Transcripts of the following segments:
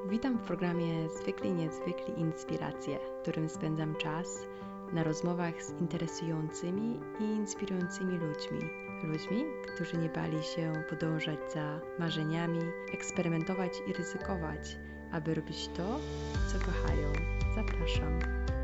Witam w programie Zwykli Niezwykli Inspiracje, w którym spędzam czas na rozmowach z interesującymi i inspirującymi ludźmi. Ludźmi, którzy nie bali się podążać za marzeniami, eksperymentować i ryzykować, aby robić to, co kochają. Zapraszam.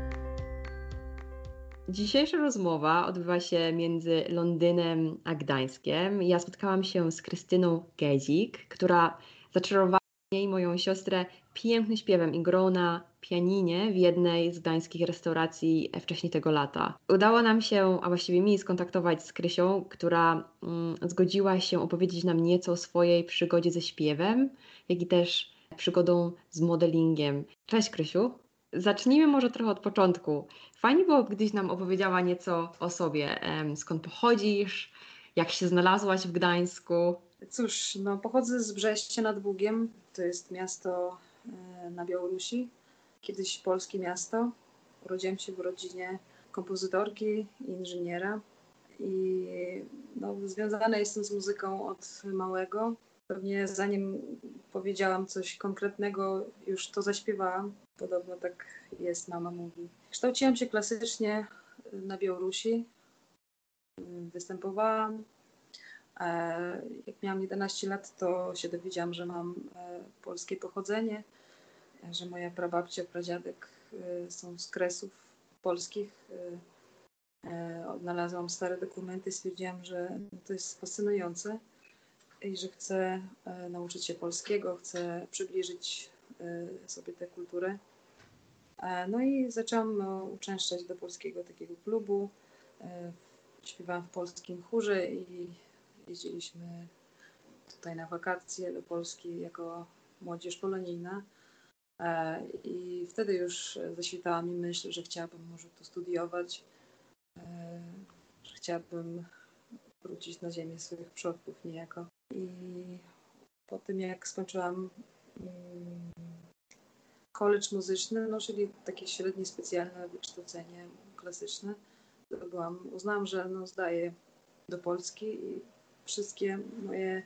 Dzisiejsza rozmowa odbywa się między Londynem a Gdańskiem. Ja spotkałam się z Krystyną Gezik, która zaczarowała mnie i moją siostrę pięknym śpiewem i grą na pianinie w jednej z gdańskich restauracji wcześniej tego lata. Udało nam się, a właściwie mi, skontaktować z Krysią, która zgodziła się opowiedzieć nam nieco o swojej przygodzie ze śpiewem, jak i też przygodą z modelingiem. Cześć Krysiu! Zacznijmy może trochę od początku. Fajnie było, gdybyś nam opowiedziała nieco o sobie, skąd pochodzisz, jak się znalazłaś w Gdańsku. Cóż, pochodzę z Brześcia nad Bugiem. To jest miasto na Białorusi, kiedyś polskie miasto. Urodziłam się w rodzinie kompozytorki i inżyniera i związana jestem z muzyką od małego. Pewnie zanim powiedziałam coś konkretnego, już to zaśpiewałam. Podobno tak jest, mama mówi. Kształciłam się klasycznie na Białorusi. Występowałam. Jak miałam 11 lat, to się dowiedziałam, że mam polskie pochodzenie, że moja prababcia, pradziadek są z Kresów polskich. Odnalazłam stare dokumenty, stwierdziłam, że to jest fascynujące i że chcę nauczyć się polskiego, chcę przybliżyć sobie tę kulturę. No i zaczęłam uczęszczać do polskiego takiego klubu. Śpiewałam w polskim chórze i jeździliśmy tutaj na wakacje do Polski jako młodzież polonijna. I wtedy już zaświtała mi myśl, że chciałabym może tu studiować, że chciałabym wrócić na ziemię swoich przodków niejako. I po tym jak skończyłam college muzyczny, czyli takie średnie specjalne wykształcenie klasyczne, uznałam, że zdaję do Polski i wszystkie moje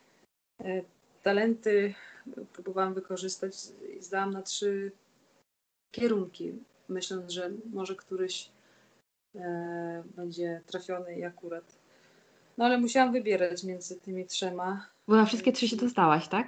talenty próbowałam wykorzystać i zdałam na 3 kierunki, myśląc, że może któryś będzie trafiony i akurat. No ale musiałam wybierać między tymi 3. Bo na wszystkie 3 się dostałaś, tak?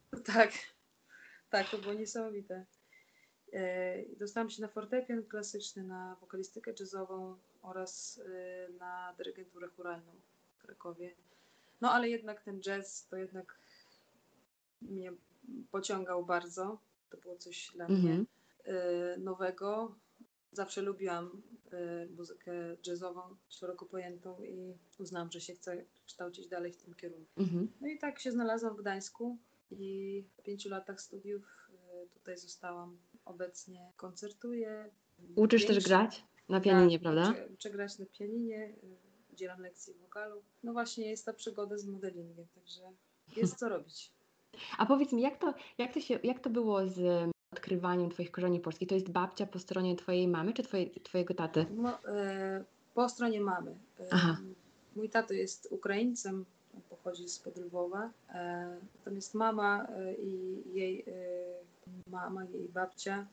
Tak, to było niesamowite. Dostałam się na fortepian klasyczny, na wokalistykę jazzową oraz na dyrygenturę chóralną w Krakowie. No ale jednak ten jazz to jednak mnie pociągał bardzo. To było coś dla mnie nowego. Zawsze lubiłam muzykę jazzową, szeroko pojętą i uznałam, że się chcę kształcić dalej w tym kierunku. No i tak się znalazłam w Gdańsku i po 5 latach studiów tutaj zostałam. Obecnie koncertuję. Uczysz też grać na pianinie, prawda? Uczę grać na pianinie, udzielam lekcji wokalu. No właśnie jest ta przygoda z modelingiem, także jest co robić. A powiedz mi, jak to było z odkrywaniem Twoich korzeni polskich? To jest babcia po stronie Twojej mamy czy Twojego taty? Po stronie mamy. Aha. Mój tato jest Ukraińcem, pochodzi spod Lwowa. Natomiast mama i jej mama, jej babcia,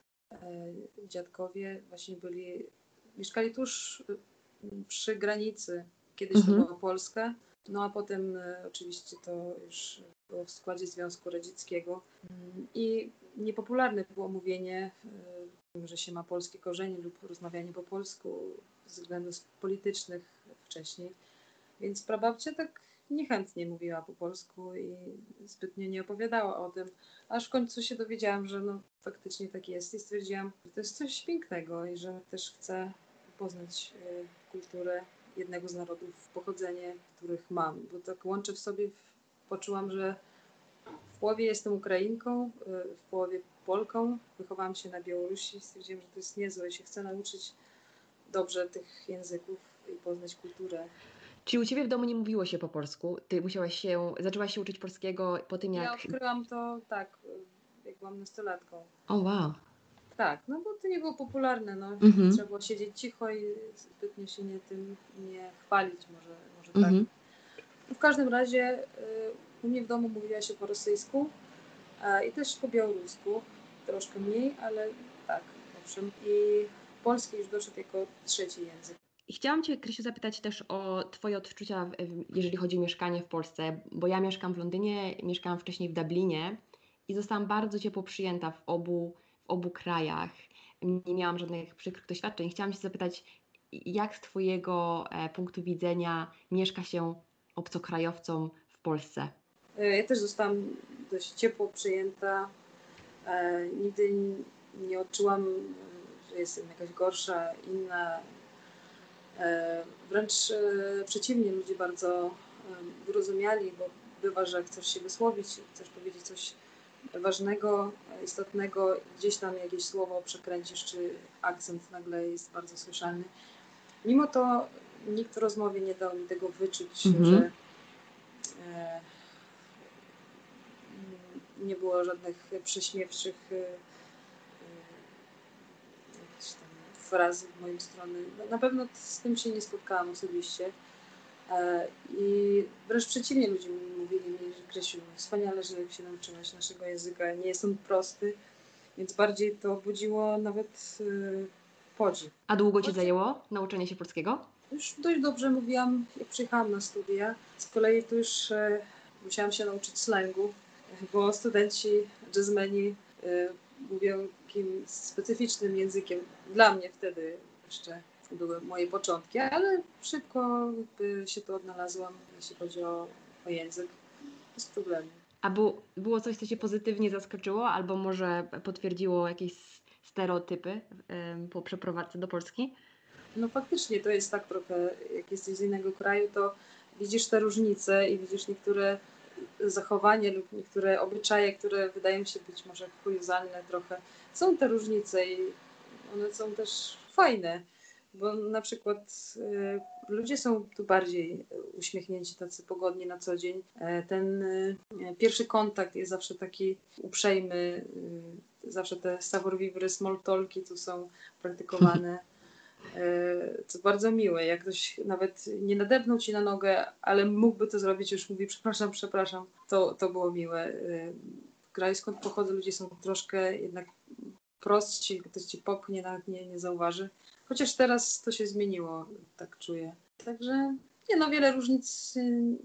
dziadkowie właśnie mieszkali tuż przy granicy. Kiedyś to była Polska, no a potem oczywiście to już było w składzie Związku Radzieckiego. I niepopularne było mówienie, że się ma polskie korzenie lub rozmawianie po polsku ze względów politycznych wcześniej. Więc prababcia tak niechętnie mówiła po polsku i zbytnio nie opowiadała o tym. Aż w końcu się dowiedziałam, że faktycznie tak jest i stwierdziłam, że to jest coś pięknego i że też chcę poznać kulturę jednego z narodów, pochodzenie, których mam. Bo tak łączę w sobie, poczułam, że w połowie jestem Ukrainką, w połowie Polką. Wychowałam się na Białorusi i stwierdziłam, że to jest niezłe i się chcę nauczyć dobrze tych języków i poznać kulturę. Czyli u Ciebie w domu nie mówiło się po polsku? Ty zaczęłaś się uczyć polskiego po tym, jak... Ja odkryłam to tak, jak byłam nastolatką. O, wow. Tak, bo to nie było popularne, Trzeba było siedzieć cicho i zbytnio się tym nie chwalić, może tak. W każdym razie u mnie w domu mówiła się po rosyjsku, I też po białorusku, troszkę mniej, ale tak, owszem. I polski już doszedł jako trzeci język. I chciałam Cię, Krysiu, zapytać też o Twoje odczucia, jeżeli chodzi o mieszkanie w Polsce, bo ja mieszkam w Londynie, mieszkałam wcześniej w Dublinie i zostałam bardzo ciepło przyjęta w obu krajach. Nie miałam żadnych przykrych doświadczeń. Chciałam Cię zapytać, jak z Twojego punktu widzenia mieszka się obcokrajowcom w Polsce? Ja też zostałam dość ciepło przyjęta. Nigdy nie odczułam, że jestem jakaś gorsza, inna. Wręcz przeciwnie, ludzie bardzo wyrozumiali, bo bywa, że chcesz się wysłowić, chcesz powiedzieć coś ważnego, istotnego, gdzieś tam jakieś słowo przekręcisz, czy akcent nagle jest bardzo słyszalny. Mimo to nikt w rozmowie nie dał mi tego wyczuć, że nie było żadnych prześmiewczych jakichś tam fraz w moją stronę. Na pewno z tym się nie spotkałam osobiście. I wręcz przeciwnie, ludzie mówili mi, że Krysiu, wspaniale, że się nauczyłaś naszego języka. Nie jest on prosty, więc bardziej to budziło nawet podziw. A długo Ci zajęło nauczenie się polskiego? Już dość dobrze mówiłam, jak przyjechałam na studia. Z kolei tu już musiałam się nauczyć slangu, bo studenci, jazzmeni mówią takim specyficznym językiem. Dla mnie wtedy jeszcze były moje początki, ale szybko jakby się to odnalazłam, jeśli chodzi o język. Bez problemu. A było coś, co Cię pozytywnie zaskoczyło, albo może potwierdziło jakieś stereotypy po przeprowadzce do Polski? No faktycznie to jest tak trochę, jak jesteś z innego kraju, to widzisz te różnice i widzisz niektóre zachowania lub niektóre obyczaje, które wydają się być może kuriozalne trochę. Są te różnice i one są też fajne, bo na przykład ludzie są tu bardziej uśmiechnięci, tacy pogodni na co dzień. Ten pierwszy kontakt jest zawsze taki uprzejmy, zawsze te savoir-vivre, small talki tu są praktykowane. Co bardzo miłe, jak ktoś nawet nie nadepnął ci na nogę, ale mógłby to zrobić, już mówi przepraszam, to było miłe. W kraju, skąd pochodzę, ludzie są troszkę jednak prostsi, ktoś ci popchnie, nawet nie zauważy. Chociaż teraz to się zmieniło, tak czuję. Także wiele różnic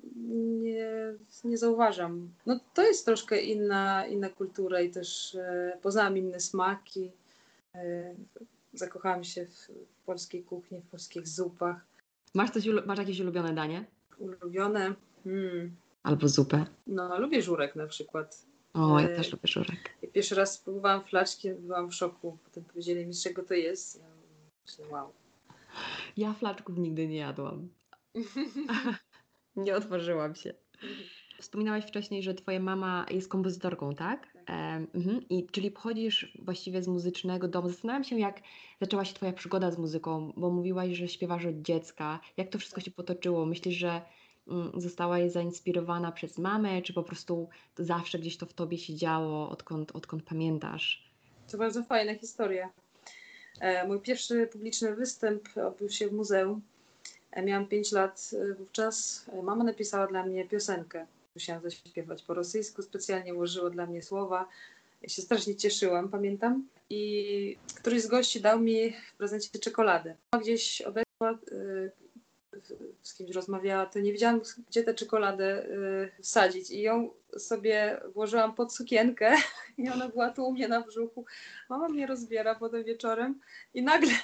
nie zauważam. No to jest troszkę inna kultura i też poznałam inne smaki. Zakochałam się w polskiej kuchni, w polskich zupach. Masz jakieś ulubione danie? Ulubione? Albo zupę? No, lubię żurek na przykład. O, ja też lubię żurek. Jak pierwszy raz spróbowałam flaczki, byłam w szoku. Potem powiedzieli mi, z czego to jest. Ja myślę, wow. Ja flaczków nigdy nie jadłam. Nie otworzyłam się. Wspominałaś wcześniej, że Twoja mama jest kompozytorką, tak? I czyli pochodzisz właściwie z muzycznego domu. Zastanawiam się, jak zaczęła się Twoja przygoda z muzyką, bo mówiłaś, że śpiewasz od dziecka. Jak to wszystko się potoczyło? Myślisz, że zostałaś zainspirowana przez mamę, czy po prostu to zawsze gdzieś to w Tobie się działo, odkąd pamiętasz? To bardzo fajna historia. Mój pierwszy publiczny występ odbył się w muzeum. Miałam 5 lat wówczas. Mama napisała dla mnie piosenkę. Musiałam zaśpiewać po rosyjsku, specjalnie ułożyła dla mnie słowa. Ja się strasznie cieszyłam, pamiętam. I któryś z gości dał mi w prezencie czekoladę. Gdzieś odeszła, z kimś rozmawiała, to nie wiedziałam, gdzie tę czekoladę wsadzić. I ją sobie włożyłam pod sukienkę i ona była tu u mnie na brzuchu. Mama mnie rozbiera potem wieczorem i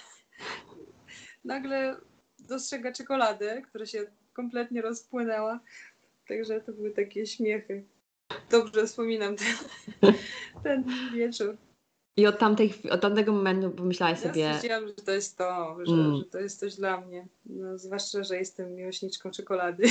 nagle dostrzega czekoladę, która się kompletnie rozpłynęła. Także to były takie śmiechy. Dobrze wspominam ten wieczór. I od tamtego momentu pomyślałaś Ja sobie... stwierdziłam, że to jest to, że to jest coś dla mnie. No, zwłaszcza, że jestem miłośniczką czekolady.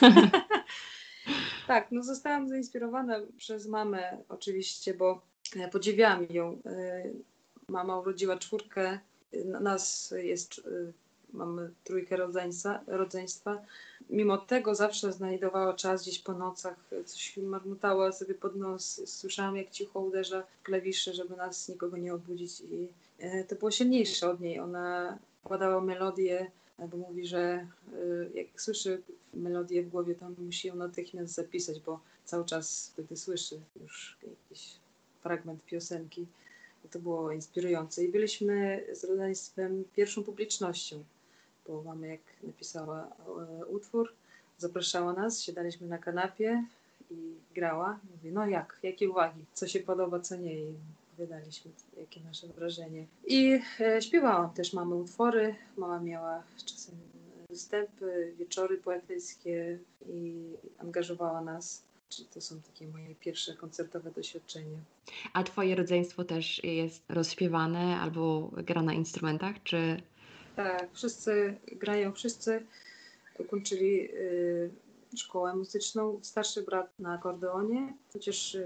Tak, no zostałam zainspirowana przez mamę oczywiście, bo podziwiałam ją. Mama urodziła 4, nas jest, mamy 3 rodzeństwa. Mimo tego zawsze znajdowała czas gdzieś po nocach, coś marmotała sobie pod nos. Słyszałam, jak cicho uderza w klawisze, żeby nas nikogo nie obudzić i to było silniejsze od niej. Ona układała melodię bo mówi, że jak słyszy melodię w głowie, to on musi ją natychmiast zapisać, bo cały czas wtedy słyszy już jakiś fragment piosenki. I to było inspirujące. I byliśmy z rodzeństwem pierwszą publicznością, bo mama jak napisała utwór, zapraszała nas, siadaliśmy na kanapie i grała. Mówi, no jakie uwagi, co się podoba, co nie. I wydaliśmy, jakie nasze wrażenie. I śpiewałam też mamy utwory. Mama miała czasem występy, wieczory poetyckie i angażowała nas. Czyli to są takie moje pierwsze koncertowe doświadczenia. A twoje rodzeństwo też jest rozśpiewane albo gra na instrumentach, czy... Tak, wszyscy grają, wszyscy ukończyli szkołę muzyczną. Starszy brat na akordeonie, chociaż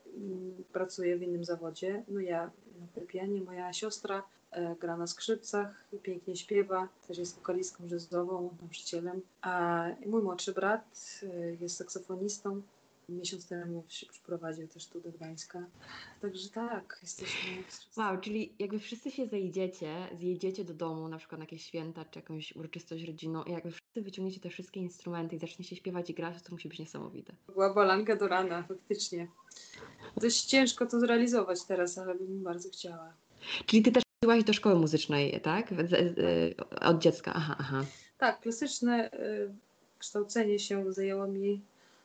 pracuje w innym zawodzie. No ja na fortepianie, moja siostra gra na skrzypcach i pięknie śpiewa. Też jest wokalistką jazzową, nauczycielem. A mój młodszy brat jest saksofonistą. Miesiąc temu się przyprowadził też tu do Gdańska. Także tak, jesteśmy... Wow, czyli jakby wszyscy się zjedziecie do domu, na przykład na jakieś święta, czy jakąś uroczystość rodzinną i jakby wszyscy wyciągniecie te wszystkie instrumenty i zaczniecie śpiewać i grać, to musi być niesamowite. Była balanka do rana, faktycznie. Dość ciężko to zrealizować teraz, ale bym bardzo chciała. Czyli ty też chodziłaś do szkoły muzycznej, tak? Od dziecka, aha. Tak, klasyczne kształcenie się zajęło mi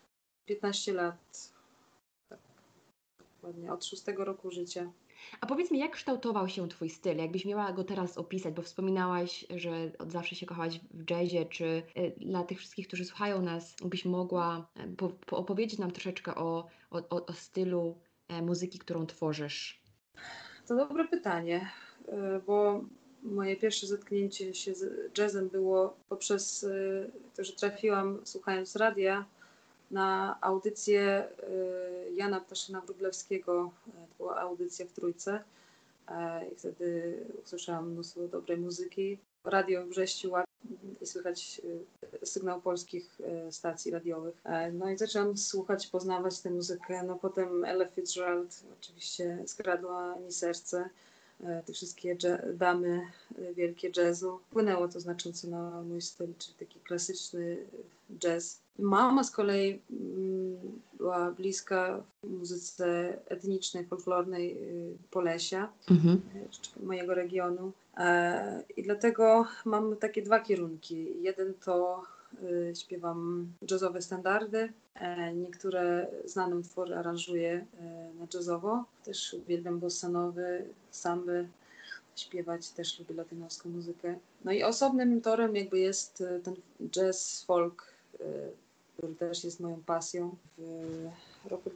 15 lat. Tak, dokładnie, od 6 roku życia. A powiedz mi, jak kształtował się twój styl? Jakbyś miała go teraz opisać, bo wspominałaś, że od zawsze się kochałaś w jazzie, czy dla tych wszystkich, którzy słuchają nas, byś mogła opowiedzieć nam troszeczkę o stylu muzyki, którą tworzysz? To dobre pytanie, bo moje pierwsze zetknięcie się z jazzem było poprzez to, że trafiłam, słuchając radia, na audycję Jana Ptaszyna-Wróblewskiego. To była audycja w Trójce i wtedy usłyszałam mnóstwo dobrej muzyki. Radio w Brześciu i słychać sygnał polskich stacji radiowych. No i zaczęłam słuchać, poznawać tę muzykę. No potem Ella Fitzgerald oczywiście skradła mi serce. Te wszystkie damy wielkie jazzu. Wpłynęło to znacząco na mój styl, czyli taki klasyczny jazz. Mama z kolei była bliska muzyce etnicznej, folklornej Polesia, mojego regionu. I dlatego mam takie dwa kierunki. Jeden to śpiewam jazzowe standardy. Niektóre znane utwory aranżuję na jazzowo. Też uwielbiam bossanowy, samby śpiewać. Też lubię latynoską muzykę. No i osobnym torem jakby jest ten jazz, folk, który też jest moją pasją. W roku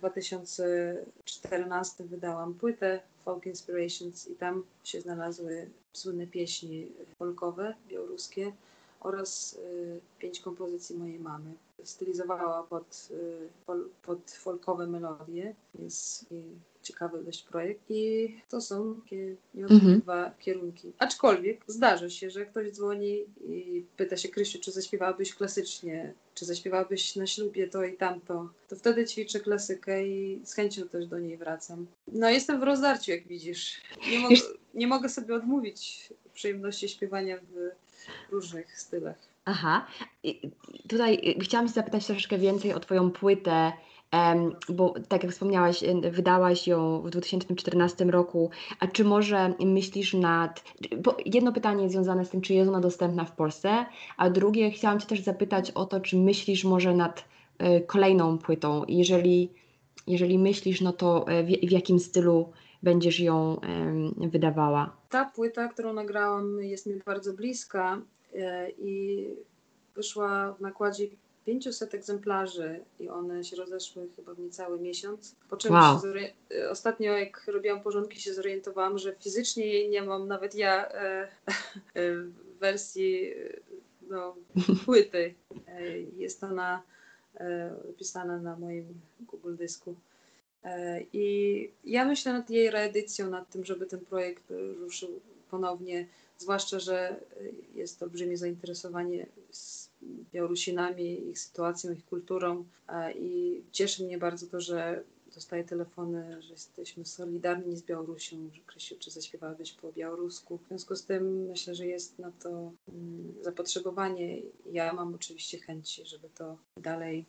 2014 wydałam płytę Folk Inspirations i tam się znalazły słynne pieśni folkowe, białoruskie oraz 5 kompozycji mojej mamy. Stylizowała pod folkowe melodie. Jest ciekawy dość projekt i to są takie dwa kierunki. Aczkolwiek zdarza się, że ktoś dzwoni i pyta się: Krysiu, czy zaśpiewałabyś klasycznie, czy zaśpiewałabyś na ślubie to i tamto, to wtedy ćwiczę klasykę i z chęcią też do niej wracam. No jestem w rozdarciu, jak widzisz. Nie mogę sobie odmówić przyjemności śpiewania w różnych stylach. Aha. I tutaj chciałam Cię zapytać troszeczkę więcej o Twoją płytę, bo tak jak wspomniałaś, wydałaś ją w 2014 roku. A czy może myślisz jedno pytanie związane z tym, czy jest ona dostępna w Polsce, a drugie chciałam Cię też zapytać o to, czy myślisz może nad kolejną płytą. Jeżeli myślisz, no to w jakim stylu będziesz ją wydawała? Ta płyta, którą nagrałam, jest mi bardzo bliska i wyszła w nakładzie 500 egzemplarzy i one się rozeszły chyba w niecały miesiąc. Po czym ostatnio, jak robiłam porządki, się zorientowałam, że fizycznie jej nie mam, nawet ja, w wersji płyty. Jest ona opisana na moim Google Dysku. I ja myślę nad jej reedycją, nad tym, żeby ten projekt ruszył ponownie, zwłaszcza, że jest olbrzymie zainteresowanie z Białorusinami, ich sytuacją, ich kulturą i cieszy mnie bardzo to, że dostaję telefony, że jesteśmy solidarni z Białorusią, że Krysiu, czy zaśpiewałabyś po białorusku. W związku z tym myślę, że jest na to zapotrzebowanie. Ja mam oczywiście chęci, żeby to dalej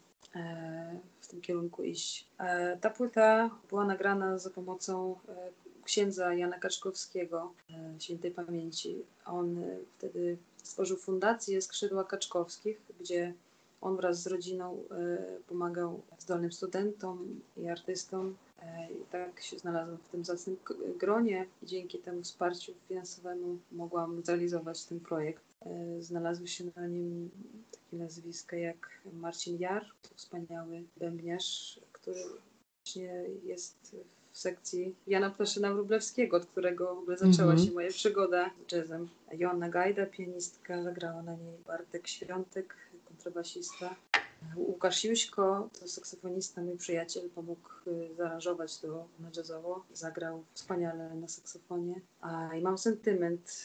w tym kierunku iść. Ta płyta była nagrana za pomocą księdza Jana Kaczkowskiego, świętej pamięci. On wtedy stworzył fundację Skrzydła Kaczkowskich, gdzie on wraz z rodziną pomagał zdolnym studentom i artystom. I tak się znalazłam w tym zacnym gronie i dzięki temu wsparciu finansowemu mogłam zrealizować ten projekt. Znalazły się na nim takie nazwiska jak Marcin Jar, wspaniały bębniarz, który właśnie jest w sekcji Jana Ptaszyna Wróblewskiego, od którego w ogóle zaczęła się moja przygoda z jazzem. Joanna Gajda, pianistka, zagrała na niej, Bartek Świątek, kontrabasista. Łukasz Juśko, to saksofonista, mój przyjaciel, pomógł zaaranżować to na jazzowo. Zagrał wspaniale na saksofonie. I mam sentyment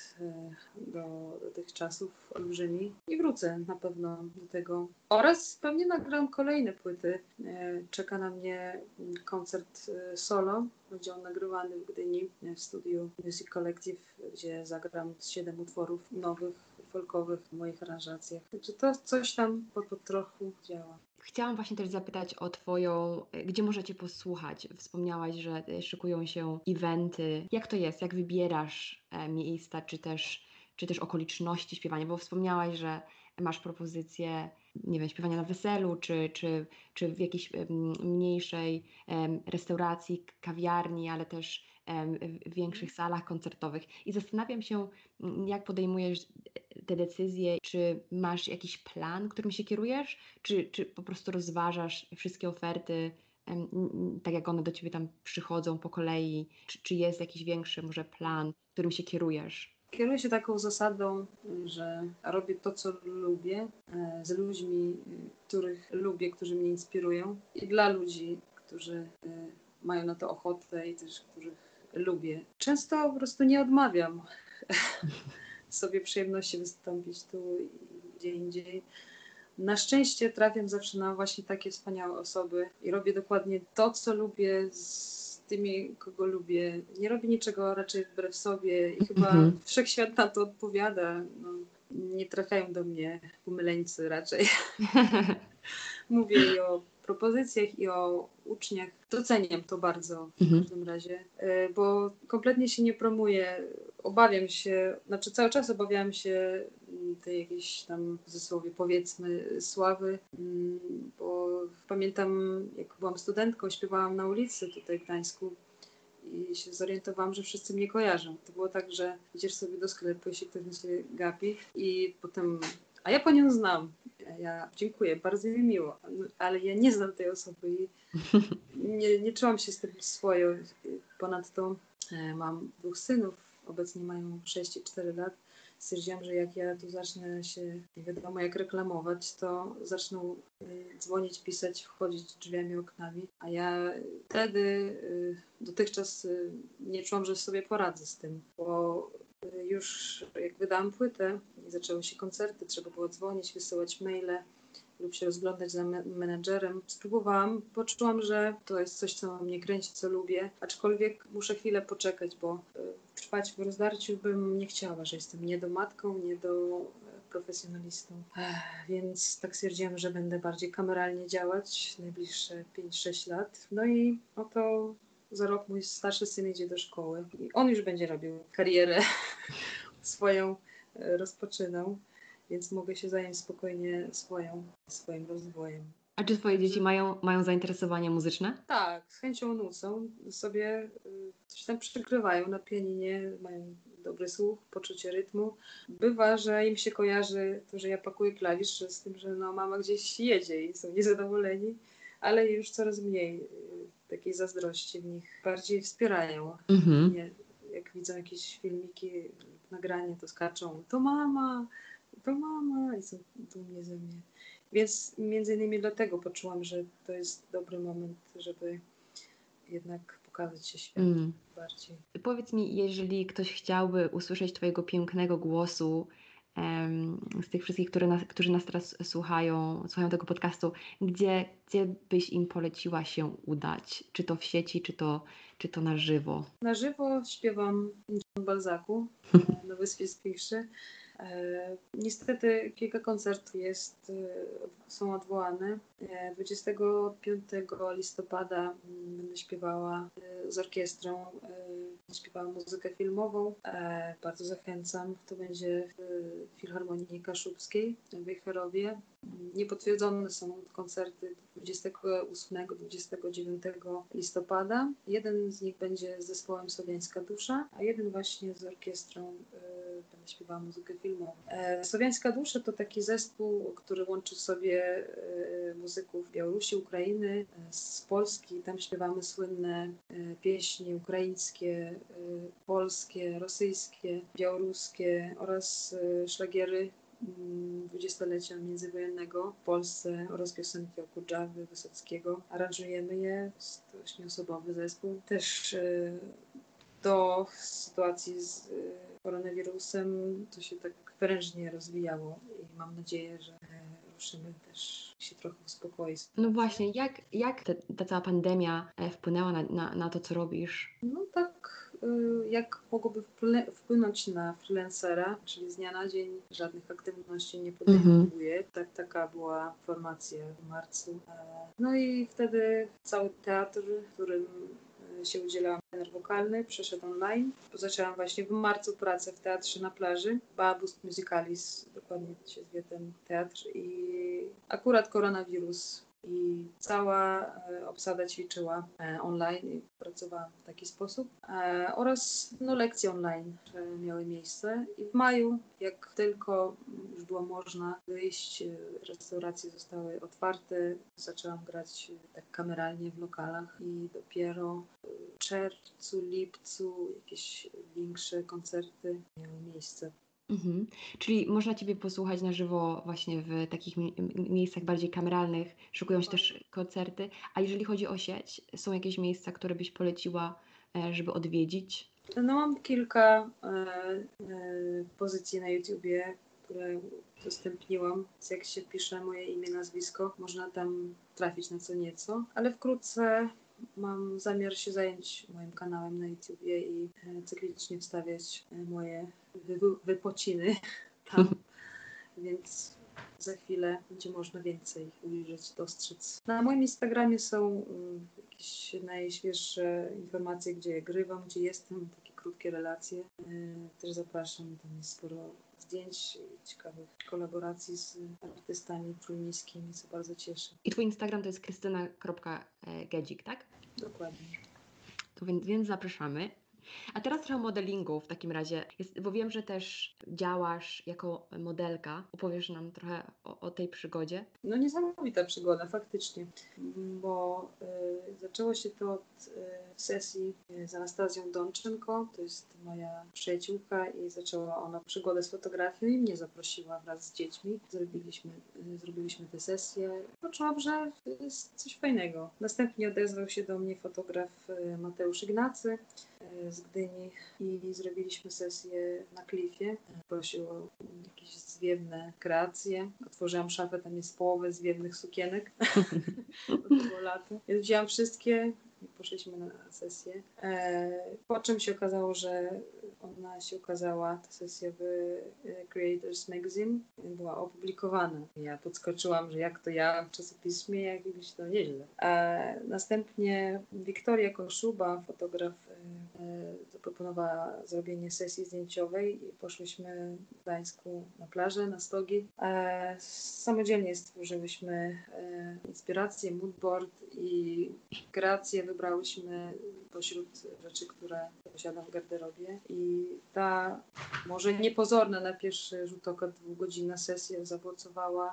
do tych czasów olbrzymi i wrócę na pewno do tego. Oraz pewnie nagram kolejne płyty. Czeka na mnie koncert solo. Będzie on nagrywany w Gdyni w studiu Music Collective, gdzie zagram 7 utworów nowych, folkowych w moich aranżacjach. Także to coś tam po trochu działa. Chciałam właśnie też zapytać o Twoją, gdzie możecie posłuchać? Wspomniałaś, że szykują się eventy. Jak to jest? Jak wybierasz miejsca, czy też okoliczności śpiewania? Bo wspomniałaś, że masz propozycję, nie wiem, śpiewania na weselu, czy w jakiejś mniejszej restauracji, kawiarni, ale też w większych salach koncertowych. I zastanawiam się, jak podejmujesz te decyzje, czy masz jakiś plan, którym się kierujesz, czy po prostu rozważasz wszystkie oferty, tak jak one do Ciebie tam przychodzą po kolei, czy jest jakiś większy może plan, którym się kierujesz? Kieruję się taką zasadą, że robię to, co lubię, z ludźmi, których lubię, którzy mnie inspirują i dla ludzi, którzy mają na to ochotę i też których lubię. Często po prostu nie odmawiam sobie przyjemności wystąpić tu i gdzie indziej. Na szczęście trafiam zawsze na właśnie takie wspaniałe osoby i robię dokładnie to, co lubię z tymi, kogo lubię. Nie robię niczego raczej wbrew sobie i chyba wszechświat na to odpowiada. No, nie trafiają do mnie pomyleńcy raczej. Mówię i o propozycjach, i o uczniach. Doceniam to bardzo w każdym razie, bo kompletnie się nie promuję. Obawiam się, znaczy cały czas obawiałam się tej jakiejś tam w cudzysłowie powiedzmy sławy, bo pamiętam jak byłam studentką, śpiewałam na ulicy tutaj w Gdańsku i się zorientowałam, że wszyscy mnie kojarzą. To było tak, że idziesz sobie do sklepu i się ktoś na ciebie gapi i potem, a ja panią znam. Ja dziękuję, bardzo mi miło, ale ja nie znam tej osoby i nie czułam się z tym swoją. Ponadto mam 2 synów, obecnie mają 6 i 4 lat. Stwierdziłam, że jak ja tu zacznę się nie wiadomo jak reklamować, to zaczną dzwonić, pisać, wchodzić drzwiami, oknami, a ja wtedy dotychczas nie czułam, że sobie poradzę z tym, bo już jak wydałam płytę i zaczęły się koncerty, trzeba było dzwonić, wysyłać maile lub się rozglądać za menedżerem. Spróbowałam, poczułam, że to jest coś, co mnie kręci, co lubię, aczkolwiek muszę chwilę poczekać, bo trwać w rozdarciu bym nie chciała, że jestem nie do matką, nie do profesjonalistą. Więc tak stwierdziłam, że będę bardziej kameralnie działać najbliższe 5-6 lat. No i oto za rok mój starszy syn idzie do szkoły i on już będzie robił karierę swoją, rozpoczynał, więc mogę się zająć spokojnie swoim rozwojem. A czy Twoje dzieci mają zainteresowanie muzyczne? Tak, z chęcią nucą sobie coś tam przygrywają na pianinie, mają dobry słuch, poczucie rytmu. Bywa, że im się kojarzy to, że ja pakuję klawisz z tym, że no, mama gdzieś jedzie i są niezadowoleni, ale już coraz mniej takiej zazdrości w nich. Bardziej wspierają mnie. Jak widzą jakieś filmiki, nagrania, to skaczą. To mama i są dumni ze mnie. Więc między innymi dlatego poczułam, że to jest dobry moment, żeby jednak pokazać się światu bardziej. Powiedz mi, jeżeli ktoś chciałby usłyszeć Twojego pięknego głosu z tych wszystkich, którzy nas teraz słuchają tego podcastu, gdzie byś im poleciła się udać? Czy to w sieci, czy to na żywo? Na żywo śpiewam John Balzacu na Wyspie Spichrzy. Niestety kilka koncertów są odwołane. 25 listopada będę śpiewała z orkiestrą, śpiewała muzykę filmową. Bardzo zachęcam. To będzie w Filharmonii Kaszubskiej w Wejherowie. Niepotwierdzone są koncerty 28-29 listopada. Jeden z nich będzie z zespołem Słowiańska Dusza, a jeden właśnie z orkiestrą będę śpiewała muzykę filmową. Słowiańska Dusza to taki zespół, który łączy w sobie muzyków Białorusi, Ukrainy, z Polski. Tam śpiewamy słynne pieśni ukraińskie, polskie, rosyjskie, białoruskie oraz szlagiery dwudziestolecia międzywojennego w Polsce oraz piosenki o Kudżawy, Wysockiego. Aranżujemy je, jest to 8-osobowy zespół. Też do sytuacji z koronawirusem to się tak prężnie rozwijało i mam nadzieję, że ruszymy też się trochę uspokoić. No właśnie, jak ta cała pandemia wpłynęła na to, co robisz? No tak, jak mogłoby wpłynąć na freelancera, czyli z dnia na dzień żadnych aktywności nie podejmuję. Taka była informacja w marcu. No i wtedy cały teatr, w którym się udzielałam, teatr wokalny, przeszedł online. Zaczęłam właśnie w marcu pracę w Teatrze na Plaży, Babus Musicalis, dokładnie się zwie ten teatr, i akurat koronawirus i cała obsada ćwiczyła online i pracowałam w taki sposób. Oraz lekcje online miały miejsce. I w maju, jak tylko już było można wyjść, restauracje zostały otwarte, zaczęłam grać tak kameralnie w lokalach i dopiero w czerwcu, lipcu jakieś większe koncerty miały miejsce. Mhm. Czyli można Ciebie posłuchać na żywo właśnie w takich miejscach bardziej kameralnych, szykują się też koncerty. A jeżeli chodzi o sieć, są jakieś miejsca, które byś poleciła, żeby odwiedzić? No mam kilka pozycji na YouTubie, które udostępniłam. Jak się pisze moje imię, nazwisko, można tam trafić na co nieco, ale wkrótce mam zamiar się zająć moim kanałem na YouTubie i cyklicznie wstawiać moje wypociny tam, więc za chwilę będzie można więcej ujrzeć, dostrzec. Na moim Instagramie są jakieś najświeższe informacje, gdzie grywam, gdzie jestem, takie krótkie relacje. Też zapraszam, tam jest sporo zdjęć i ciekawych kolaboracji z artystami trójmiejskimi, co bardzo cieszy. I Twój Instagram to jest krystyna.gedzik, tak? Dokładnie. To więc zapraszamy. A teraz trochę o modelingu w takim razie, bo wiem, że też działasz jako modelka. Opowiesz nam trochę o tej przygodzie? No niesamowita przygoda, faktycznie, bo zaczęło się to od sesji z Anastazją Dączenko, to jest moja przyjaciółka, i zaczęła ona przygodę z fotografią i mnie zaprosiła wraz z dziećmi. Zrobiliśmy tę sesję. Poczułam, że jest coś fajnego. Następnie odezwał się do mnie fotograf Mateusz Ignacy z Gdyni i zrobiliśmy sesję na klifie. Prosił o jakieś zwiewne kreacje. Otworzyłam szafę, tam jest połowę zwiewnych sukienek. To było lato. Więc wzięłam wszystkie i poszliśmy na sesję. Po czym się okazało, że ona się ukazała, ta sesja w Creators Magazine, była opublikowana. Ja podskoczyłam, że jak to ja w czasopiśmie, jakiegoś to nieźle. Następnie Wiktoria Koszuba, fotograf, zaproponowała zrobienie sesji zdjęciowej i poszłyśmy w Gdańsku na plażę, na stogi. Samodzielnie stworzyłyśmy inspirację, moodboard i kreację wybrałyśmy pośród rzeczy, które posiadam w garderobie. I ta może niepozorna na pierwszy rzut oka 2-godzinna sesja zaowocowała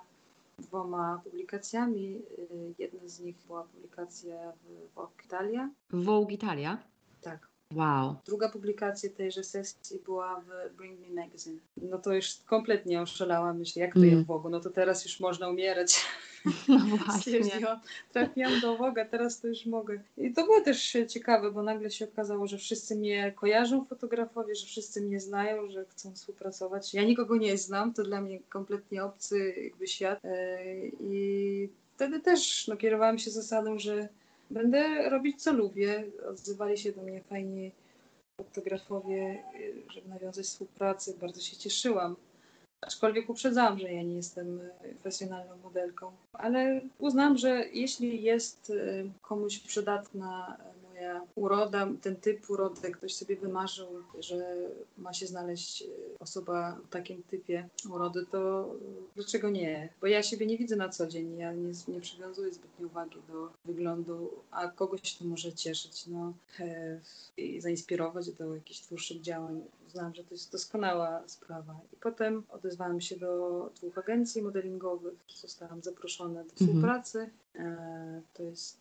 2 publikacjami. Jedna z nich była publikacja w Vogue Italia. Vogue Italia? Tak. Wow. Druga publikacja tejże sesji była w Bring Me Magazine. No to już kompletnie oszalałam, myślę, jak to ja w Vogue? No to teraz już można umierać. No właśnie. Stwierdziłam, trafiłam do Vogue'a, teraz to już mogę. I to było też ciekawe, bo nagle się okazało, że wszyscy mnie kojarzą fotografowie, że wszyscy mnie znają, że chcą współpracować. Ja nikogo nie znam, to dla mnie kompletnie obcy jakby świat. I wtedy też kierowałam się zasadą, że będę robić co lubię. Odzywali się do mnie fajni fotografowie, żeby nawiązać współpracę. Bardzo się cieszyłam. Aczkolwiek uprzedzałam, że ja nie jestem profesjonalną modelką, ale uznałam, że jeśli jest komuś przydatna moja uroda, ten typ urody, ktoś sobie wymarzył, że ma się znaleźć osoba o takim typie urody, to dlaczego nie? Bo ja siebie nie widzę na co dzień, ja nie przywiązuję zbytniej uwagi do wyglądu, a kogoś to może cieszyć, i zainspirować do jakichś twórczych działań. Uznałam, że to jest doskonała sprawa. I potem odezwałam się do 2 agencji modelingowych. Zostałam zaproszona do współpracy. To jest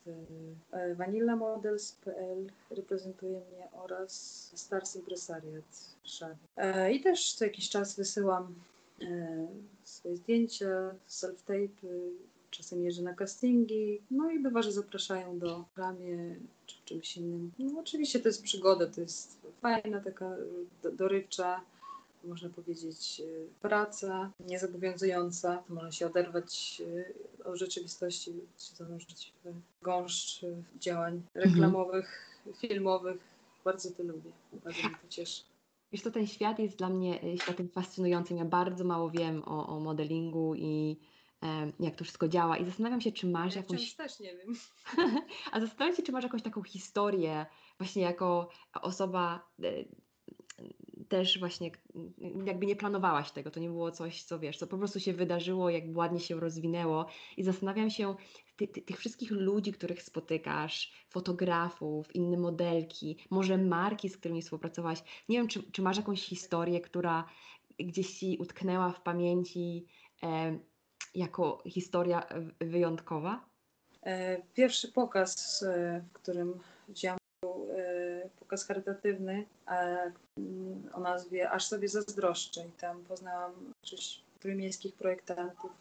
vanillamodels.pl, reprezentuje mnie, oraz Stars Impresariat w Warszawie. I też co jakiś czas wysyłam swoje zdjęcia, self-tape, czasem jeżdżę na castingi, no i bywa, że zapraszają do ramię czy w czymś innym. No oczywiście to jest przygoda, to jest fajna, taka dorywcza, można powiedzieć, praca, niezobowiązująca. Można się oderwać od rzeczywistości, się zanurzyć w gąszcz działań reklamowych, filmowych. Bardzo to lubię, bardzo mnie to cieszy. Wiesz co, ten świat jest dla mnie światem fascynującym. Ja bardzo mało wiem o modelingu i jak to wszystko działa. I zastanawiam się, czy masz Ja jakąś... wciąż też nie wiem. A zastanawiam się, czy masz jakąś taką historię, właśnie jako osoba też właśnie, jakby nie planowałaś tego, to nie było coś, co wiesz, co po prostu się wydarzyło, jak ładnie się rozwinęło. I zastanawiam się, tych wszystkich ludzi, których spotykasz, fotografów, inne modelki, może marki, z którymi współpracowałaś. Nie wiem, czy masz jakąś historię, która gdzieś ci utknęła w pamięci jako historia wyjątkowa? Pierwszy pokaz, w którym wziąłem pokaz charytatywny o nazwie Aż sobie zazdroszczę. I tam poznałam trójmiejskich projektantów.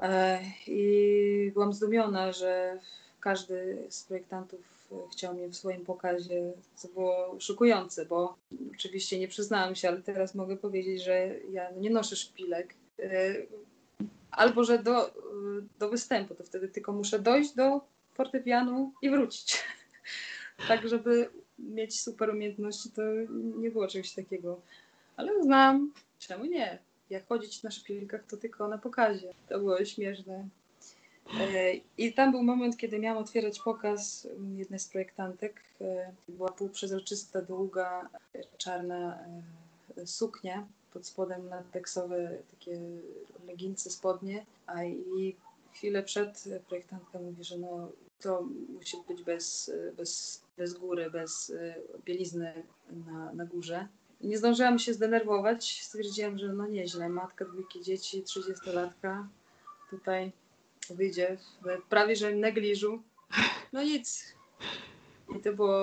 I byłam zdumiona, że każdy z projektantów chciał mnie w swoim pokazie, co było szokujące, bo oczywiście nie przyznałam się, ale teraz mogę powiedzieć, że ja nie noszę szpilek. Albo że do występu, to wtedy tylko muszę dojść do fortepianu i wrócić. Tak, żeby mieć super umiejętności, to nie było czegoś takiego. Ale uznałam, czemu nie? Jak chodzić na szpilkach, to tylko na pokazie. To było śmieszne. I tam był moment, kiedy miałam otwierać pokaz jednej z projektantek. Była półprzezroczysta, długa, czarna suknia. Pod spodem lateksowe takie leginsy, spodnie. I chwilę przed projektantka mówi, że to musi być bez góry, bez bielizny na górze. Nie zdążyłam się zdenerwować. Stwierdziłam, że nieźle. Matka 2 dzieci, 30-latka. Tutaj wyjdzie prawie że negliżu. No nic. I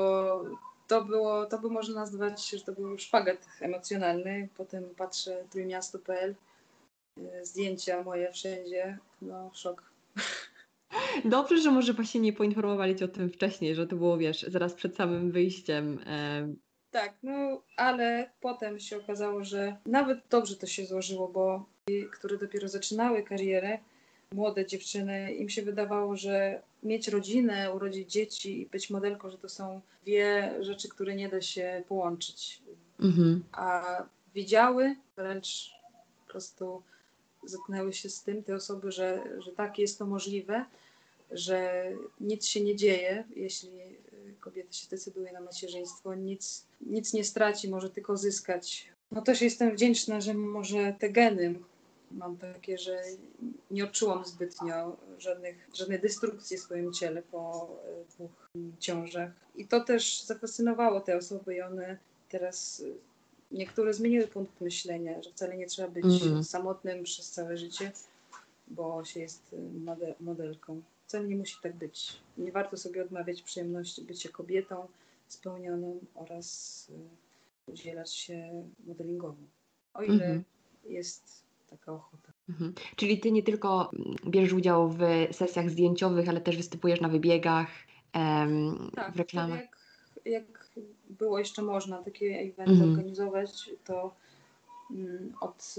to by można nazwać, że to był szpagat emocjonalny. Potem patrzę trójmiasto.pl, zdjęcia moje wszędzie. Szok. Dobrze, że może właśnie nie poinformowali cię o tym wcześniej, że to było, wiesz, zaraz przed samym wyjściem. Tak, ale potem się okazało, że nawet dobrze to się złożyło, bo które dopiero zaczynały karierę, młode dziewczyny, im się wydawało, że mieć rodzinę, urodzić dzieci i być modelką, że to są 2 rzeczy, które nie da się połączyć. A widziały, wręcz po prostu zetknęły się z tym te osoby, że tak jest to możliwe, że nic się nie dzieje, jeśli kobieta się decyduje na macierzyństwo, nic nie straci, może tylko zyskać. Też jestem wdzięczna, że może te geny mam takie, że nie odczułam zbytnio żadnej destrukcji w swoim ciele po 2 ciążach. I to też zafascynowało te osoby i one teraz niektóre zmieniły punkt myślenia, że wcale nie trzeba być samotnym przez całe życie, bo się jest modelką. Wcale nie musi tak być. Nie warto sobie odmawiać przyjemności bycia kobietą, spełnionym oraz udzielać się modelingowo, o ile Mhm. jest taka ochota. Mhm. Czyli ty nie tylko bierzesz udział w sesjach zdjęciowych, ale też występujesz na wybiegach, w Tak, wtedy reklamach. jak było jeszcze można takie eventy Mhm. organizować, to od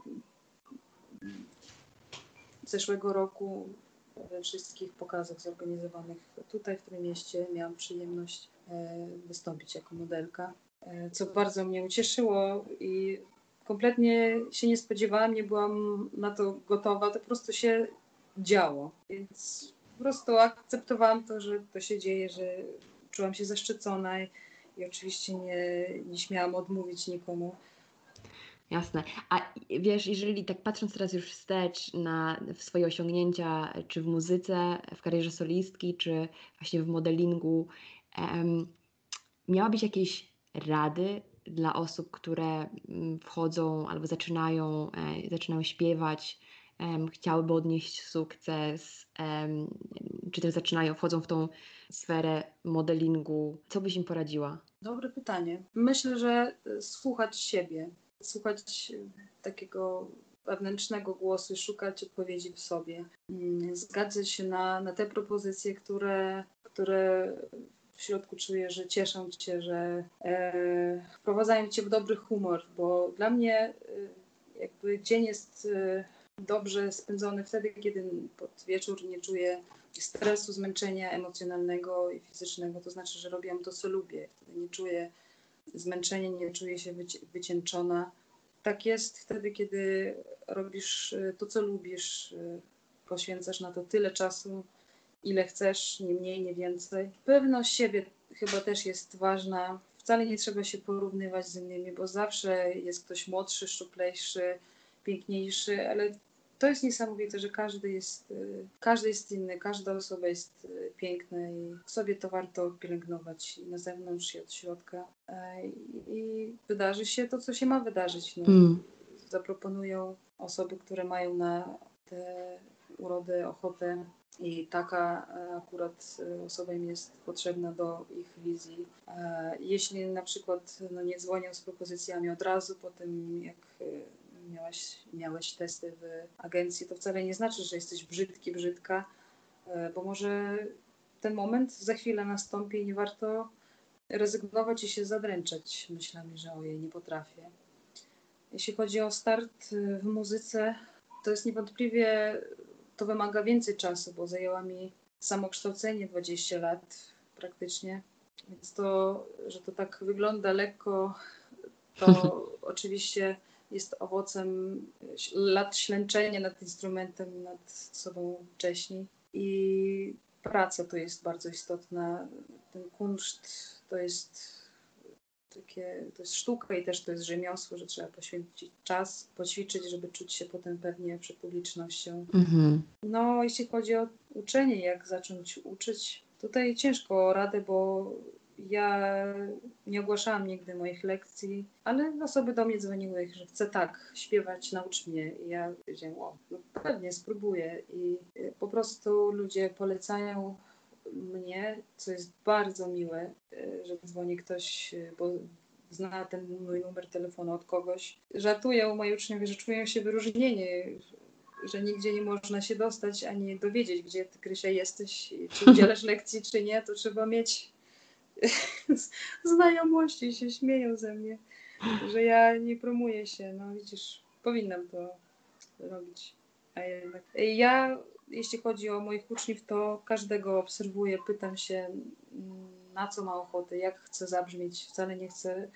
zeszłego roku we wszystkich pokazach zorganizowanych tutaj w tym mieście miałam przyjemność wystąpić jako modelka, co bardzo mnie ucieszyło i kompletnie się nie spodziewałam, nie byłam na to gotowa, to po prostu się działo, więc po prostu akceptowałam to, że to się dzieje, że czułam się zaszczycona i oczywiście nie śmiałam odmówić nikomu. Jasne. A wiesz, jeżeli tak patrząc teraz już wstecz w swoje osiągnięcia, czy w muzyce, w karierze solistki, czy właśnie w modelingu, miałabyś jakieś rady dla osób, które wchodzą albo zaczynają śpiewać, chciałyby odnieść sukces, czy też wchodzą w tą sferę modelingu? Co byś im poradziła? Dobre pytanie. Myślę, że słuchać siebie, słuchać takiego wewnętrznego głosu i szukać odpowiedzi w sobie. Zgadzać się na te propozycje, które w środku czuję, że cieszą cię, że wprowadzają cię w dobry humor, bo dla mnie jakby dzień jest dobrze spędzony wtedy, kiedy pod wieczór nie czuję stresu, zmęczenia emocjonalnego i fizycznego. To znaczy, że robiłam to, co lubię. Wtedy nie czuję zmęczenia, nie czuję się wycieńczona. Tak jest wtedy, kiedy robisz to, co lubisz, poświęcasz na to tyle czasu, ile chcesz, nie mniej, nie więcej. Pewność siebie chyba też jest ważna. Wcale nie trzeba się porównywać z innymi, bo zawsze jest ktoś młodszy, szczuplejszy, piękniejszy, ale to jest niesamowite, że każdy jest inny, każda osoba jest piękna i w sobie to warto pielęgnować i na zewnątrz i od środka. I wydarzy się to, co się ma wydarzyć. No. Mm. Zaproponują osoby, które mają na tę urodę, ochotę i taka akurat osoba im jest potrzebna do ich wizji. Jeśli na przykład nie dzwonią z propozycjami od razu po tym, jak miałeś testy w agencji, to wcale nie znaczy, że jesteś brzydki, brzydka, bo może ten moment za chwilę nastąpi i nie warto rezygnować i się zadręczać myślami, że ojej, nie potrafię. Jeśli chodzi o start w muzyce, to jest niewątpliwie, to wymaga więcej czasu, bo zajęło mi samokształcenie 20 lat praktycznie. Więc to, że to tak wygląda lekko, to oczywiście jest owocem lat ślęczenia nad instrumentem, nad sobą wcześniej. I praca to jest bardzo istotna. Ten kunszt to jest to jest sztuka i też to jest rzemiosło, że trzeba poświęcić czas, poćwiczyć, żeby czuć się potem pewnie przed publicznością. Mhm. No, jeśli chodzi o uczenie, jak zacząć uczyć, tutaj ciężko o radę, bo ja nie ogłaszałam nigdy moich lekcji, ale osoby do mnie dzwoniły, że chcę tak śpiewać, naucz mnie. I ja powiedziałam, o, no pewnie spróbuję. I po prostu ludzie polecają mnie, co jest bardzo miłe, że dzwoni ktoś, bo zna ten mój numer telefonu od kogoś. Żartują moi uczniowie, że czują się wyróżnieni, że nigdzie nie można się dostać ani dowiedzieć, gdzie ty, Krysia, jesteś, czy udzielasz lekcji, czy nie, to trzeba mieć znajomości i się śmieją ze mnie, że ja nie promuję się. No widzisz, powinnam to robić. A jednak. Ja, jeśli chodzi o moich uczniów, to każdego obserwuję, pytam się, na co ma ochotę, jak chce zabrzmieć. Wcale nie chcę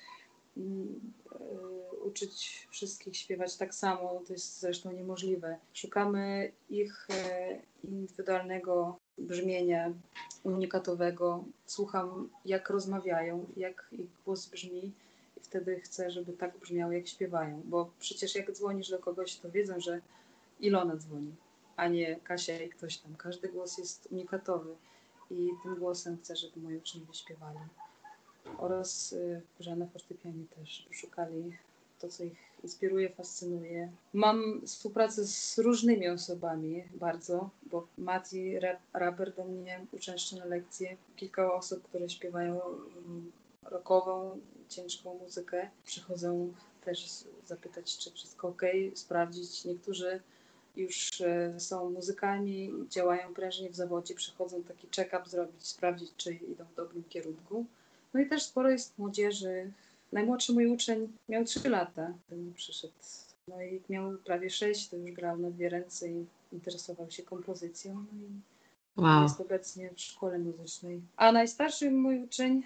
uczyć wszystkich śpiewać tak samo, to jest zresztą niemożliwe. Szukamy ich indywidualnego brzmienia, unikatowego. Słucham, jak rozmawiają, jak ich głos brzmi i wtedy chcę, żeby tak brzmiało, jak śpiewają. Bo przecież jak dzwonisz do kogoś, to wiedzą, że Ilona dzwoni, a nie Kasia i ktoś tam. Każdy głos jest unikatowy i tym głosem chcę, żeby moi uczniowie śpiewali. Oraz że na fortepianie też, żeby szukali to, co ich inspiruje, fascynuje. Mam współpracę z różnymi osobami bardzo, bo Mati, raper, do mnie uczęszcza na lekcje. Kilka osób, które śpiewają rockową, ciężką muzykę, przychodzą też zapytać, czy wszystko ok, sprawdzić. Niektórzy już są muzykami, działają prężnie w zawodzie, przychodzą taki check-up zrobić, sprawdzić, czy idą w dobrym kierunku. No i też sporo jest młodzieży. Najmłodszy mój uczeń miał 3 lata, ten przyszedł. No i miał prawie 6, to już grał na 2 ręce i interesował się kompozycją. No i Wow. jest obecnie w szkole muzycznej. A najstarszy mój uczeń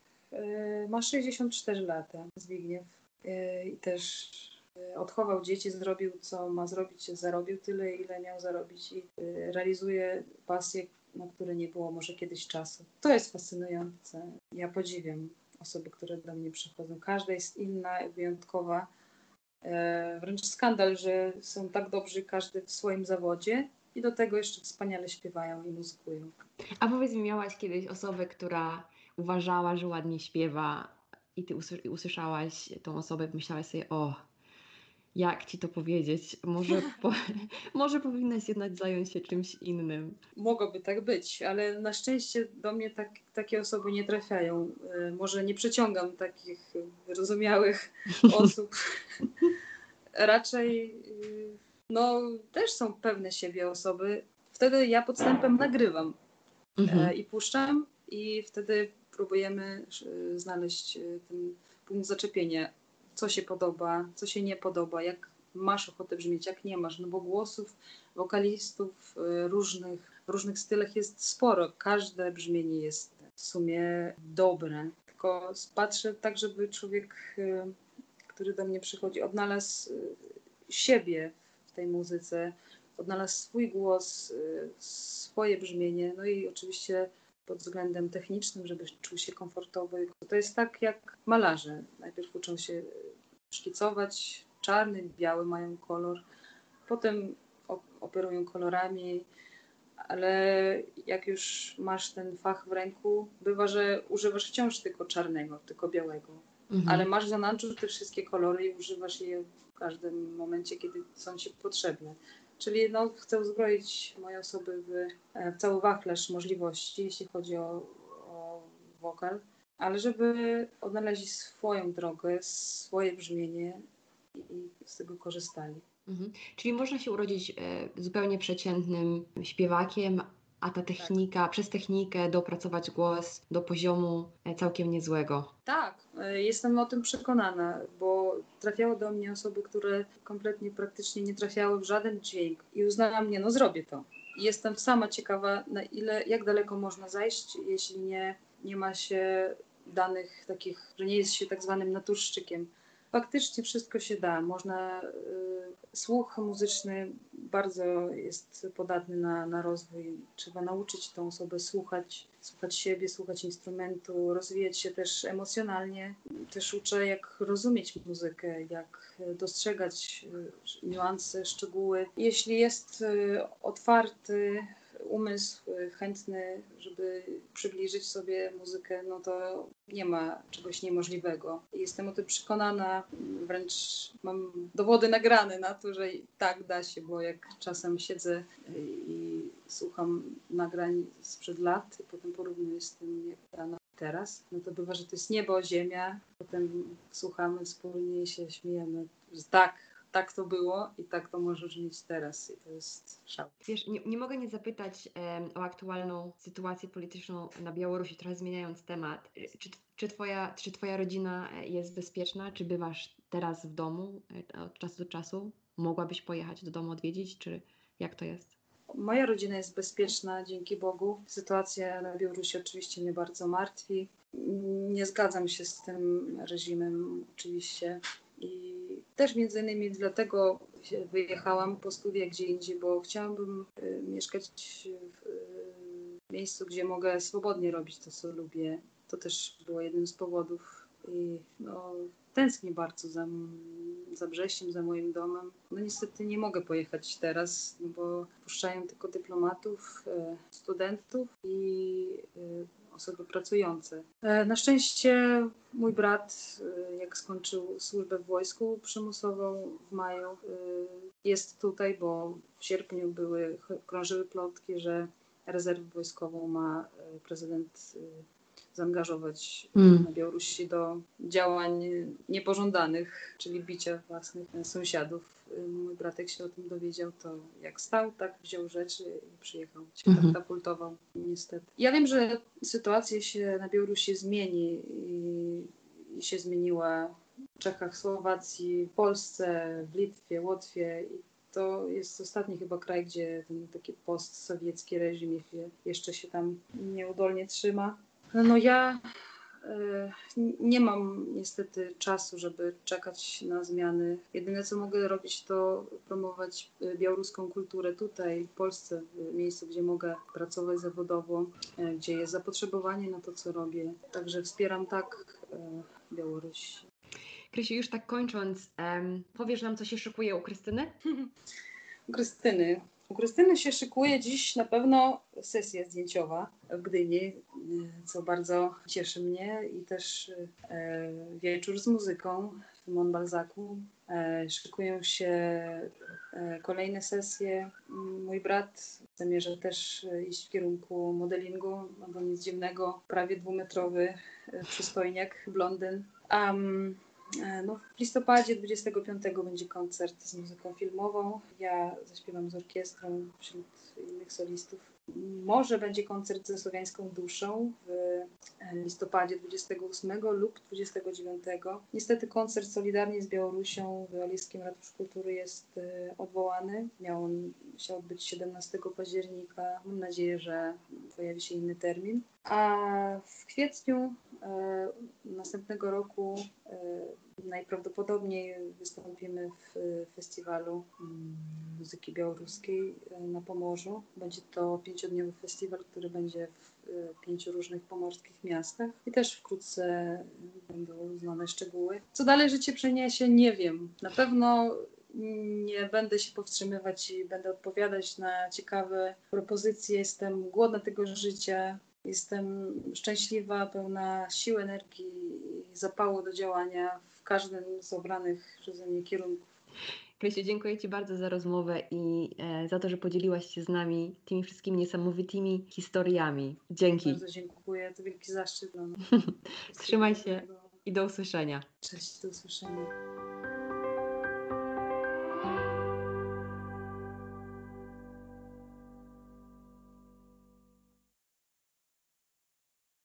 ma 64 lata, Zbigniew. I też odchował dzieci, zrobił co ma zrobić, zarobił tyle, ile miał zarobić i realizuje pasję, na które nie było może kiedyś czasu. To jest fascynujące. Ja podziwiam osoby, które do mnie przychodzą. Każda jest inna, wyjątkowa. Wręcz skandal, że są tak dobrzy każdy w swoim zawodzie i do tego jeszcze wspaniale śpiewają i muzykują. A powiedz mi, miałaś kiedyś osobę, która uważała, że ładnie śpiewa i ty usłyszałaś tą osobę, myślałaś sobie, o, jak ci to powiedzieć, może powinnaś jednak zająć się czymś innym. Mogłoby tak być, ale na szczęście do mnie takie osoby nie trafiają. Może nie przyciągam takich wyrozumiałych osób. Raczej no, też są pewne siebie osoby. Wtedy ja podstępem nagrywam i puszczam i wtedy próbujemy znaleźć ten punkt zaczepienia. Co się podoba, co się nie podoba, jak masz ochotę brzmieć, jak nie masz. No bo głosów wokalistów w różnych stylach jest sporo. Każde brzmienie jest w sumie dobre. Tylko patrzę tak, żeby człowiek, który do mnie przychodzi, odnalazł siebie w tej muzyce, odnalazł swój głos, swoje brzmienie, no i oczywiście pod względem technicznym, żeby czuł się komfortowo. To jest tak jak malarze. Najpierw uczą się szkicować, czarny, biały mają kolor, potem operują kolorami, ale jak już masz ten fach w ręku, bywa, że używasz wciąż tylko czarnego, tylko białego. Ale masz w zanadrzu te wszystkie kolory i używasz je w każdym momencie, kiedy są ci potrzebne. Czyli no, chcę uzbroić moje osoby w cały wachlarz możliwości, jeśli chodzi o wokal, ale żeby odnaleźli swoją drogę, swoje brzmienie i z tego korzystali. Czyli można się urodzić zupełnie przeciętnym śpiewakiem, a ta technika, przez technikę dopracować głos do poziomu całkiem niezłego. Tak, jestem o tym przekonana, bo trafiały do mnie osoby, które kompletnie, praktycznie nie trafiały w żaden dźwięk i uznałam, nie, no zrobię to. I jestem sama ciekawa, jak daleko można zajść, jeśli nie ma się danych takich, że nie jest się tak zwanym naturszczykiem. Faktycznie wszystko się da. Można, słuch muzyczny bardzo jest podatny na rozwój. Trzeba nauczyć tą osobę słuchać siebie, słuchać instrumentu, rozwijać się też emocjonalnie. Też uczę, jak rozumieć muzykę, jak dostrzegać niuanse, szczegóły. Jeśli jest otwarty umysł, chętny, żeby przybliżyć sobie muzykę, no to nie ma czegoś niemożliwego. Jestem o tym przekonana, wręcz mam dowody nagrane na to, że tak da się, bo jak czasem siedzę i słucham nagrań sprzed lat i potem porównuję z tym, jak grano teraz, no to bywa, że to jest niebo, ziemia, potem słuchamy wspólnie i się śmiejemy, że tak to było i tak to może brzmieć teraz i to jest szał. Wiesz, nie mogę nie zapytać o aktualną sytuację polityczną na Białorusi, trochę zmieniając temat. Czy twoja rodzina jest bezpieczna? Czy bywasz teraz w domu od czasu do czasu? Mogłabyś pojechać do domu odwiedzić, czy jak to jest? Moja rodzina jest bezpieczna, dzięki Bogu. Sytuacja na Białorusi oczywiście mnie bardzo martwi. Nie zgadzam się z tym reżimem oczywiście. I też między innymi dlatego wyjechałam po studiach gdzie indziej, bo chciałabym mieszkać w miejscu, gdzie mogę swobodnie robić to, co lubię. To też było jednym z powodów. I no, tęsknię bardzo za Brześciem, za moim domem. No niestety nie mogę pojechać teraz, no bo puszczają tylko dyplomatów, studentów i osoby pracujące. Na szczęście mój brat, jak skończył służbę w wojsku przymusową w maju, jest tutaj, bo w sierpniu krążyły plotki, że rezerwę wojskową ma prezydent zaangażować na Białorusi do działań niepożądanych, czyli bicia własnych sąsiadów. Mój bratek się o tym dowiedział, to jak stał, tak wziął rzeczy i przyjechał. Się katapultował, niestety. Ja wiem, że sytuacja się na Białorusi zmieni i się zmieniła w Czechach, Słowacji, w Polsce, w Litwie, Łotwie i to jest ostatni chyba kraj, gdzie ten taki postsowiecki reżim jeszcze się tam nieudolnie trzyma. No ja nie mam niestety czasu, żeby czekać na zmiany. Jedyne co mogę robić, to promować białoruską kulturę tutaj w Polsce, w miejscu, gdzie mogę pracować zawodowo, gdzie jest zapotrzebowanie na to, co robię. Także wspieram tak Białoruś. Krysiu, już tak kończąc, powiesz nam, co się szykuje u Krystyny? U Krystyny się szykuje dziś na pewno sesja zdjęciowa w Gdyni, co bardzo cieszy mnie i też wieczór z muzyką w Mon Balzacu. Szykują się kolejne sesje. Mój brat zamierza też iść w kierunku modelingu, no bo nic dziwnego, prawie 2-metrowy przystojniak, blondyn. No, w listopadzie 25 będzie koncert z muzyką filmową. Ja zaśpiewam z orkiestrą wśród innych solistów. Może będzie koncert ze Słowiańską Duszą w listopadzie 28 lub 29. Niestety koncert Solidarnie z Białorusią w Walijskim Ratuszu Kultury jest odwołany. Miał on się odbyć 17 października. Mam nadzieję, że pojawi się inny termin. A w kwietniu następnego roku najprawdopodobniej wystąpimy w festiwalu muzyki białoruskiej na Pomorzu. Będzie to 5-dniowy festiwal, który będzie w 5 różnych pomorskich miastach i też wkrótce będą znane szczegóły. Co dalej życie przyniesie, nie wiem. Na pewno nie będę się powstrzymywać i będę odpowiadać na ciekawe propozycje. Jestem głodna tego życia. Jestem szczęśliwa, pełna sił, energii i zapału do działania w każdym z obranych przeze mnie kierunków. Krysiu, dziękuję Ci bardzo za rozmowę i za to, że podzieliłaś się z nami tymi wszystkimi niesamowitymi historiami. Dzięki. Bardzo dziękuję, to wielki zaszczyt dla mnie. Trzymaj się i do usłyszenia. Cześć, do usłyszenia.